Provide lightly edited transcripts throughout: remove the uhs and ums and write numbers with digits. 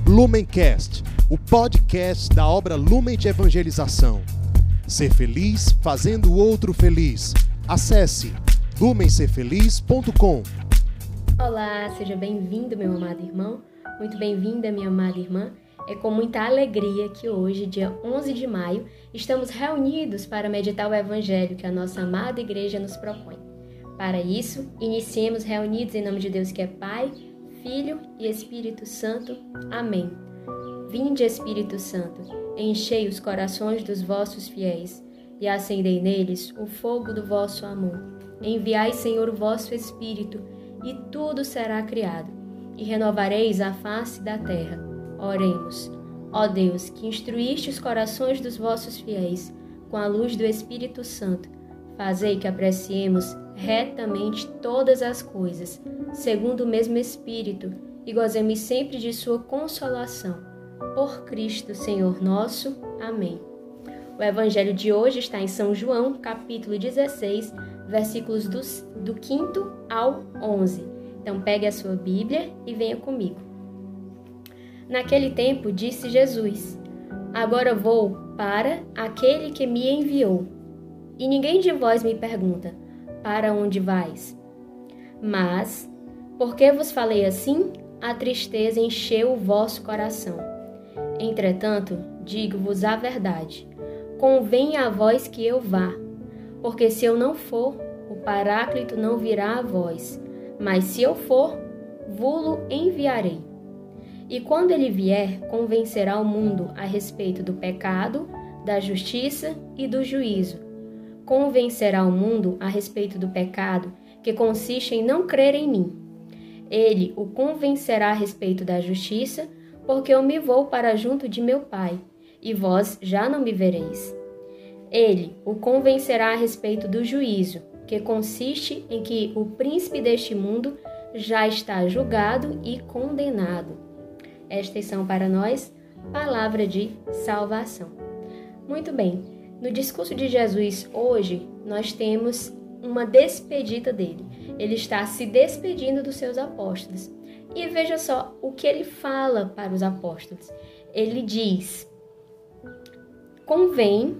Lumencast, o podcast da obra Lumen de Evangelização. Ser feliz fazendo o outro feliz. Acesse lumencerfeliz.com. Olá, seja bem-vindo, meu amado irmão. Muito bem-vinda, minha amada irmã. É com muita alegria que hoje, dia 11 de maio, estamos reunidos para meditar o Evangelho que a nossa amada igreja nos propõe. Para isso, iniciemos reunidos em nome de Deus que é Pai, Filho e Espírito Santo. Amém. Vinde, Espírito Santo, enchei os corações dos vossos fiéis e acendei neles o fogo do vosso amor. Enviai, Senhor, o vosso Espírito, e tudo será criado, e renovareis a face da terra. Oremos. Ó Deus, que instruíste os corações dos vossos fiéis com a luz do Espírito Santo, fazei que apreciemos retamente todas as coisas, segundo o mesmo Espírito, e gozemos sempre de sua consolação. Por Cristo, Senhor nosso. Amém. O Evangelho de hoje está em São João, capítulo 16, versículos do 5º ao 11. Então pegue a sua Bíblia e venha comigo. Naquele tempo disse Jesus: Agora vou para aquele que me enviou. E ninguém de vós me pergunta: Para onde vais? Mas, porque vos falei assim, a tristeza encheu o vosso coração. Entretanto, digo-vos a verdade: convém a vós que eu vá, porque se eu não for, o Paráclito não virá a vós, mas se eu for, vo-lo enviarei. E quando ele vier, convencerá o mundo a respeito do pecado, da justiça e do juízo. Convencerá o mundo a respeito do pecado, que consiste em não crer em mim. Ele o convencerá a respeito da justiça, porque eu me vou para junto de meu Pai, e vós já não me vereis. Ele o convencerá a respeito do juízo, que consiste em que o príncipe deste mundo já está julgado e condenado. Estas são para nós palavra de salvação. Muito bem. No discurso de Jesus hoje, nós temos uma despedida dele. Ele está se despedindo dos seus apóstolos. E veja só o que ele fala para os apóstolos. Ele diz: convém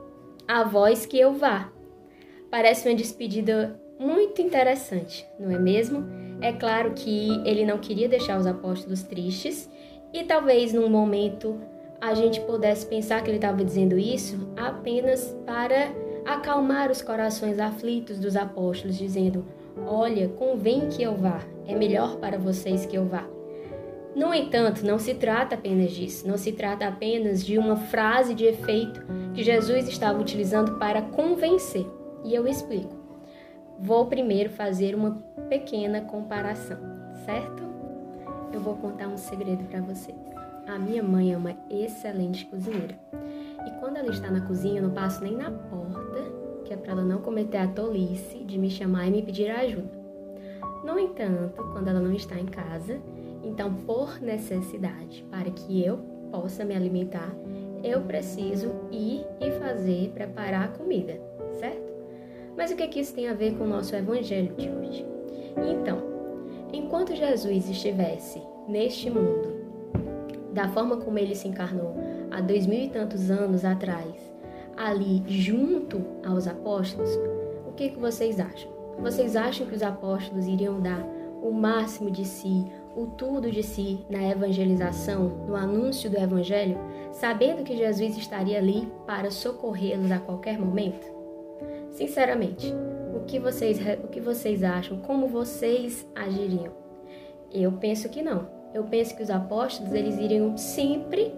a vós que eu vá. Parece uma despedida muito interessante, não é mesmo? É claro que ele não queria deixar os apóstolos tristes e talvez num momento a gente pudesse pensar que ele estava dizendo isso apenas para acalmar os corações aflitos dos apóstolos, dizendo: olha, convém que eu vá, é melhor para vocês que eu vá. No entanto, não se trata apenas disso, não se trata apenas de uma frase de efeito que Jesus estava utilizando para convencer. E eu explico. Vou primeiro fazer uma pequena comparação, certo? Eu vou contar um segredo para vocês. A minha mãe é uma excelente cozinheira. E quando ela está na cozinha, eu não passo nem na porta, que é para ela não cometer a tolice de me chamar e me pedir ajuda. No entanto, quando ela não está em casa, então, por necessidade, para que eu possa me alimentar, eu preciso ir e preparar a comida, certo? Mas o que isso tem a ver com o nosso evangelho de hoje? Então, enquanto Jesus estivesse neste mundo, da forma como ele se encarnou há 2000 e tantos anos atrás, ali junto aos apóstolos, o que vocês acham? Vocês acham que os apóstolos iriam dar o máximo de si, o tudo de si na evangelização, no anúncio do evangelho, sabendo que Jesus estaria ali para socorrê-los a qualquer momento? Sinceramente, o que vocês acham? Como vocês agiriam? Eu penso que não. Eu penso que os apóstolos, eles iriam sempre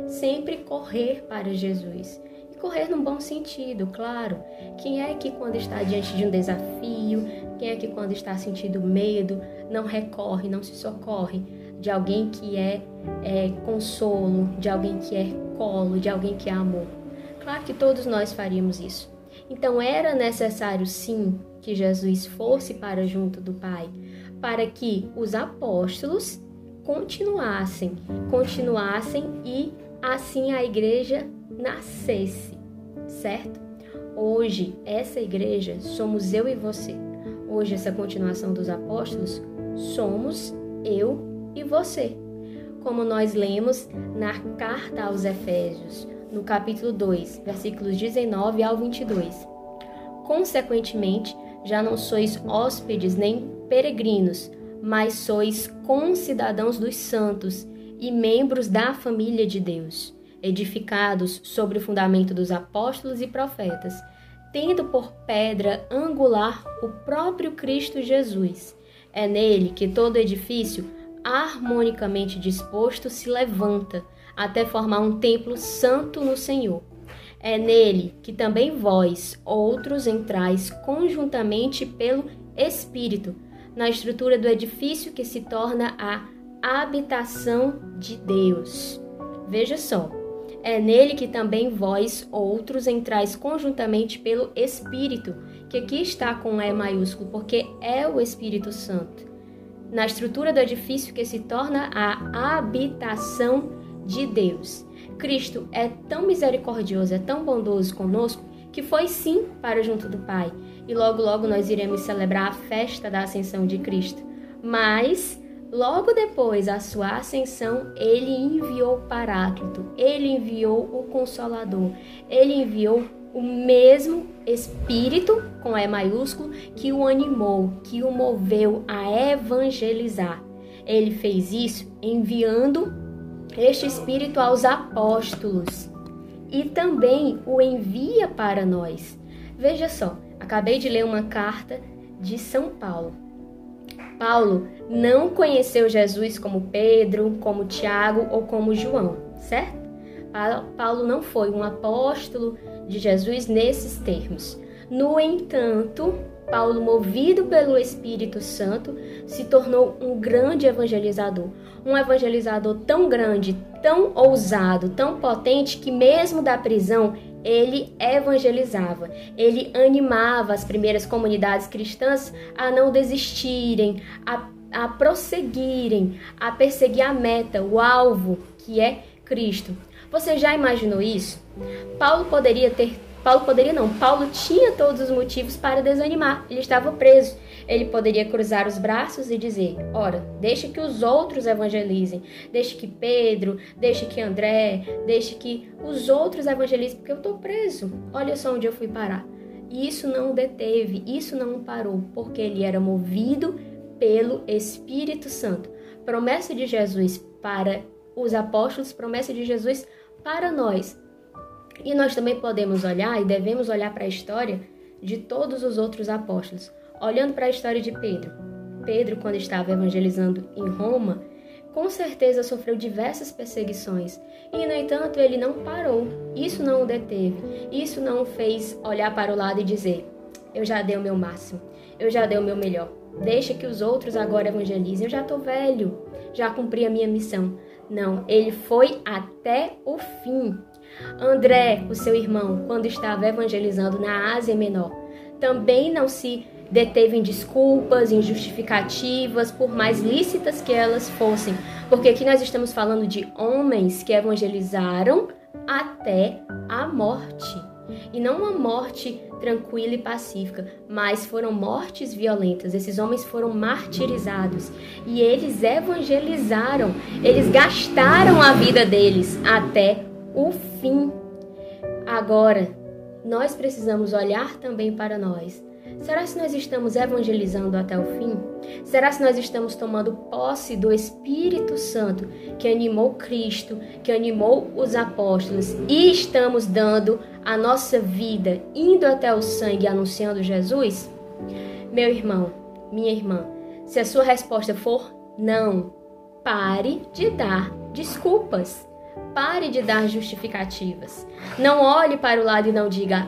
correr para Jesus. E correr num bom sentido, claro. Quem é que quando está diante de um desafio, quem é que quando está sentindo medo, não recorre, não se socorre de alguém que é consolo, de alguém que é colo, de alguém que é amor? Claro que todos nós faríamos isso. Então era necessário sim que Jesus fosse para junto do Pai, para que os apóstolos continuassem e assim a igreja nascesse, certo? Hoje, essa igreja somos eu e você. Hoje, essa continuação dos apóstolos somos eu e você. como nós lemos na carta aos Efésios, no capítulo 2, versículos 19 ao 22. Consequentemente, já não sois hóspedes nem peregrinos, mas sois concidadãos dos santos e membros da família de Deus, edificados sobre o fundamento dos apóstolos e profetas, tendo por pedra angular o próprio Cristo Jesus. É nele que todo edifício, harmonicamente disposto, se levanta, até formar um templo santo no Senhor. É nele que também vós, outros, entrais conjuntamente pelo Espírito, na estrutura do edifício que se torna a habitação de Deus. Veja só, é nele que também vós, outros, entrais conjuntamente pelo Espírito, que aqui está com E maiúsculo, porque é o Espírito Santo. Na estrutura do edifício que se torna a habitação de Deus. Cristo é tão misericordioso, é tão bondoso conosco, que foi sim para junto do Pai. E logo, logo nós iremos celebrar a festa da ascensão de Cristo. Mas, logo depois da sua ascensão, ele enviou o Paráclito, ele enviou o Consolador, ele enviou o mesmo Espírito, com E maiúsculo, que o animou, que o moveu a evangelizar. Ele fez isso enviando este Espírito aos apóstolos e também o envia para nós. Veja só, acabei de ler uma carta de São Paulo. Paulo não conheceu Jesus como Pedro, como Tiago ou como João, certo? Paulo não foi um apóstolo de Jesus nesses termos. No entanto, Paulo, movido pelo Espírito Santo, se tornou um grande evangelizador. Um evangelizador tão grande, tão ousado, tão potente, que mesmo da prisão, ele evangelizava. Ele animava as primeiras comunidades cristãs a não desistirem, a prosseguirem, a perseguir a meta, o alvo, que é Cristo. Você já imaginou isso? Paulo tinha todos os motivos para desanimar. Ele estava preso. Ele poderia cruzar os braços e dizer: ora, deixe que os outros evangelizem. Deixe que Pedro, deixe que André, deixe que os outros evangelizem, porque eu estou preso. Olha só onde eu fui parar. E isso não o deteve, isso não o parou, porque ele era movido pelo Espírito Santo. Promessa de Jesus para os apóstolos, promessa de Jesus para nós. E nós também podemos olhar e devemos olhar para a história de todos os outros apóstolos. Olhando para a história de Pedro. Pedro, quando estava evangelizando em Roma, com certeza sofreu diversas perseguições. E, no entanto, ele não parou. Isso não o deteve. Isso não o fez olhar para o lado e dizer: eu já dei o meu máximo. Eu já dei o meu melhor. Deixa que os outros agora evangelizem. Eu já estou velho. Já cumpri a minha missão. Não, ele foi até o fim. André, o seu irmão, quando estava evangelizando na Ásia Menor, também não se deteve em desculpas, em justificativas, por mais lícitas que elas fossem. Porque aqui nós estamos falando de homens que evangelizaram até a morte. E não uma morte tranquila e pacífica, mas foram mortes violentas. Esses homens foram martirizados e eles evangelizaram, eles gastaram a vida deles até o fim. Agora, nós precisamos olhar também para nós. Será que nós estamos evangelizando até o fim? Será que nós estamos tomando posse do Espírito Santo que animou Cristo, que animou os apóstolos, e estamos dando a nossa vida, indo até o sangue, anunciando Jesus? Meu irmão, minha irmã, se a sua resposta for não, pare de dar desculpas. Pare de dar justificativas. Não olhe para o lado e não diga: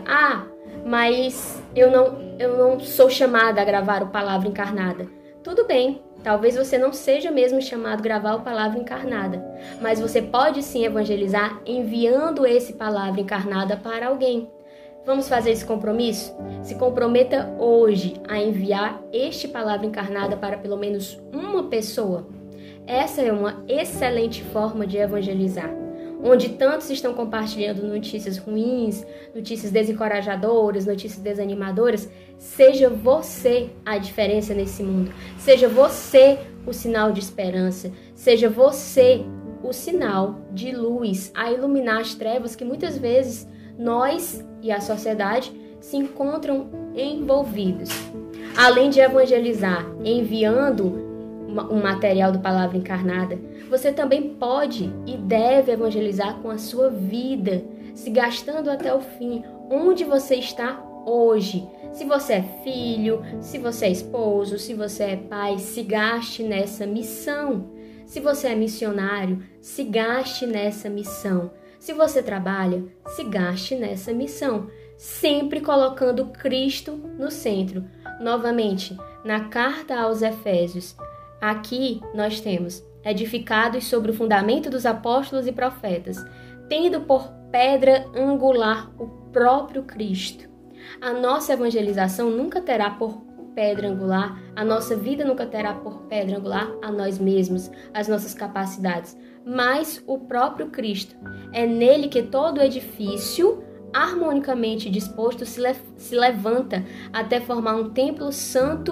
mas eu não sou chamada a gravar o Palavra Encarnada. Tudo bem, talvez você não seja mesmo chamado a gravar o Palavra Encarnada, mas você pode sim evangelizar enviando esse Palavra Encarnada para alguém. Vamos fazer esse compromisso? Se comprometa hoje a enviar este Palavra Encarnada para pelo menos uma pessoa. Essa é uma excelente forma de evangelizar. Onde tantos estão compartilhando notícias ruins, notícias desencorajadoras, notícias desanimadoras, seja você a diferença nesse mundo. Seja você o sinal de esperança. Seja você o sinal de luz a iluminar as trevas que muitas vezes nós e a sociedade se encontram envolvidos. Além de evangelizar enviando um material do Palavra Encarnada, você também pode e deve evangelizar com a sua vida, se gastando até o fim, onde você está hoje. Se você é filho, se você é esposo, se você é pai, se gaste nessa missão. Se você é missionário, se gaste nessa missão. Se você trabalha, se gaste nessa missão, sempre colocando Cristo no centro. Novamente, na carta aos Efésios, aqui nós temos: edificados sobre o fundamento dos apóstolos e profetas, tendo por pedra angular o próprio Cristo. A nossa evangelização nunca terá por pedra angular, a nossa vida nunca terá por pedra angular a nós mesmos, as nossas capacidades, mas o próprio Cristo. É nele que todo edifício, harmonicamente disposto, se levanta até formar um templo santo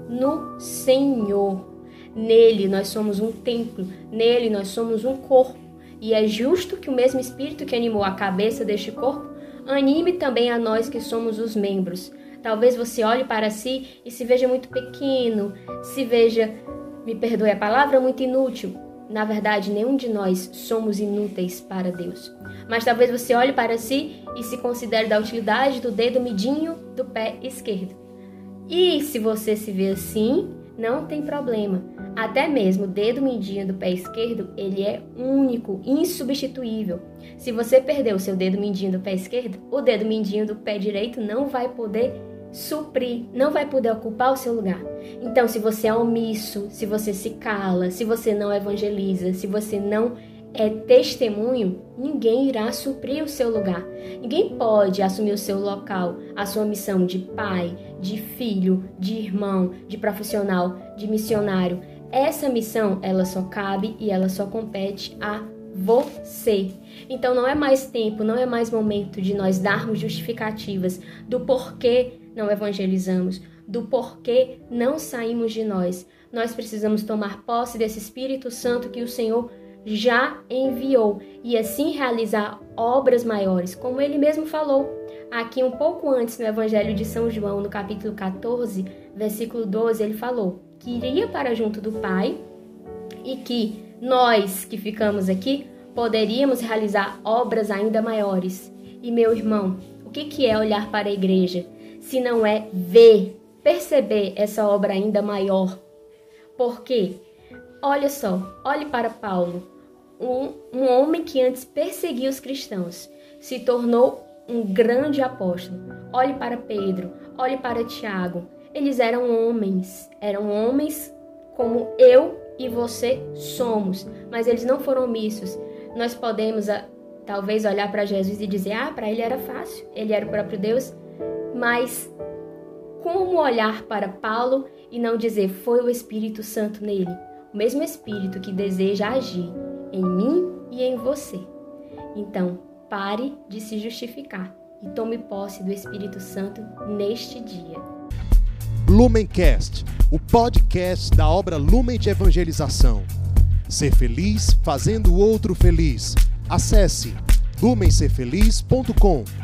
no Senhor. Nele nós somos um templo, nele nós somos um corpo, e é justo que o mesmo Espírito que animou a cabeça deste corpo anime também a nós que somos os membros. Talvez você olhe para si e se veja muito pequeno, se veja, me perdoe a palavra, muito inútil. Na verdade, nenhum de nós somos inúteis para Deus. Mas talvez você olhe para si e se considere da utilidade do dedo midinho do pé esquerdo. E se você se vê assim, não tem problema. Até mesmo o dedo mindinho do pé esquerdo, ele é único, insubstituível. Se você perder o seu dedo mindinho do pé esquerdo, o dedo mindinho do pé direito não vai poder suprir, não vai poder ocupar o seu lugar. Então, se você é omisso, se você se cala, se você não evangeliza, se você não é testemunho, ninguém irá suprir o seu lugar. Ninguém pode assumir o seu local, a sua missão de pai, de filho, de irmão, de profissional, de missionário. Essa missão, ela só cabe e ela só compete a você. Então não é mais tempo, não é mais momento de nós darmos justificativas do porquê não evangelizamos, do porquê não saímos de nós. Nós precisamos tomar posse desse Espírito Santo que o Senhor já enviou e assim realizar obras maiores, como ele mesmo falou. Aqui um pouco antes no Evangelho de São João, no capítulo 14, versículo 12, ele falou que iria para junto do Pai e que nós que ficamos aqui poderíamos realizar obras ainda maiores. E meu irmão, o que é olhar para a igreja se não é ver, perceber essa obra ainda maior? Porque, olha só, olhe para Paulo, um homem que antes perseguia os cristãos, se tornou um grande apóstolo. Olhe para Pedro, olhe para Tiago. Eles eram homens como eu e você somos, mas eles não foram omissos. Nós podemos talvez olhar para Jesus e dizer, para ele era fácil, ele era o próprio Deus, mas como olhar para Paulo e não dizer, foi o Espírito Santo nele, o mesmo Espírito que deseja agir em mim e em você. Então, pare de se justificar e tome posse do Espírito Santo neste dia. Lumencast, o podcast da obra Lumen de Evangelização. Ser feliz fazendo o outro feliz. Acesse lumencerfeliz.com.